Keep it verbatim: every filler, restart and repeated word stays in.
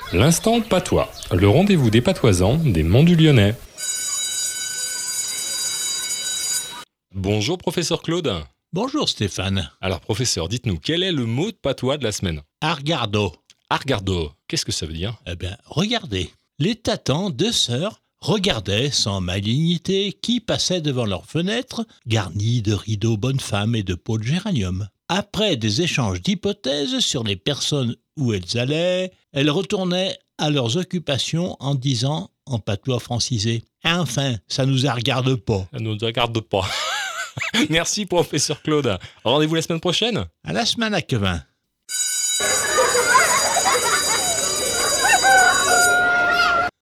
L'instant patois, le rendez-vous des patoisans des Monts du Lyonnais. Bonjour professeur Claude. Bonjour Stéphane. Alors professeur, dites-nous, quel est le mot de patois de la semaine ? Argardo. Argardo, qu'est-ce que ça veut dire ? Eh bien, regardez. Les tatans, deux sœurs, regardaient sans malignité qui passait devant leur fenêtre, garnie de rideaux bonnes femmes et de pots de géranium. Après des échanges d'hypothèses sur les personnes où elles allaient, elles retournaient à leurs occupations en disant, en patois francisé, « Enfin, ça nous regarde pas ». Ça ne nous regarde pas. Merci professeur Claude. Rendez-vous la semaine prochaine ? À la semaine à Quevin.